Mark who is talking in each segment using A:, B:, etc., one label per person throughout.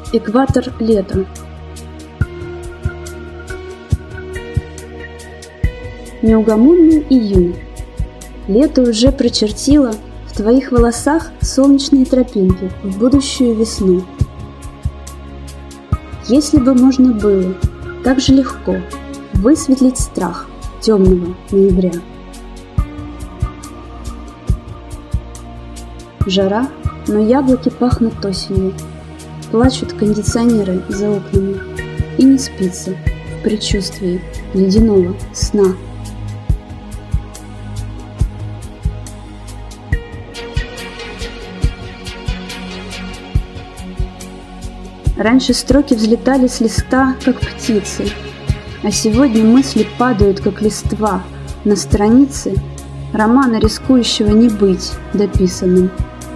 A: Экватор лета. Неугомонный июнь. Лето уже прочертило в твоих волосах солнечные тропинки в будущую весну. Если бы можно было так же легко высветлить страх темного ноября. Жара, но яблоки пахнут осенью, плачут кондиционеры за окнами, и не спится в предчувствии ледяного сна. Раньше строки взлетали с листа, как птицы, а сегодня мысли падают, как листва, на страницы романа, рискующего не быть дописанным.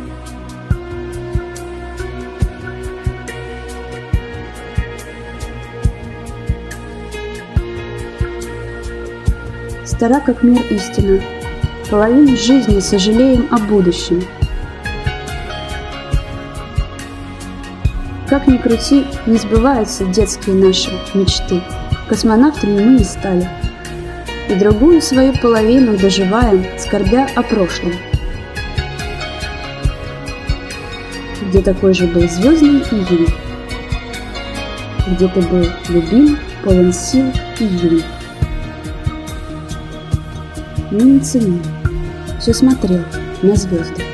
A: Стара, как мир, истина. Половину жизни сожалеем о будущем. Как ни крути, не сбываются детские наши мечты. Космонавтами мы не стали. И другую свою половину доживаем, скорбя о прошлом. Где такой же был звездный июнь. Где ты был любим, полон сил и юн. Но не ценил, все смотрел на звезды.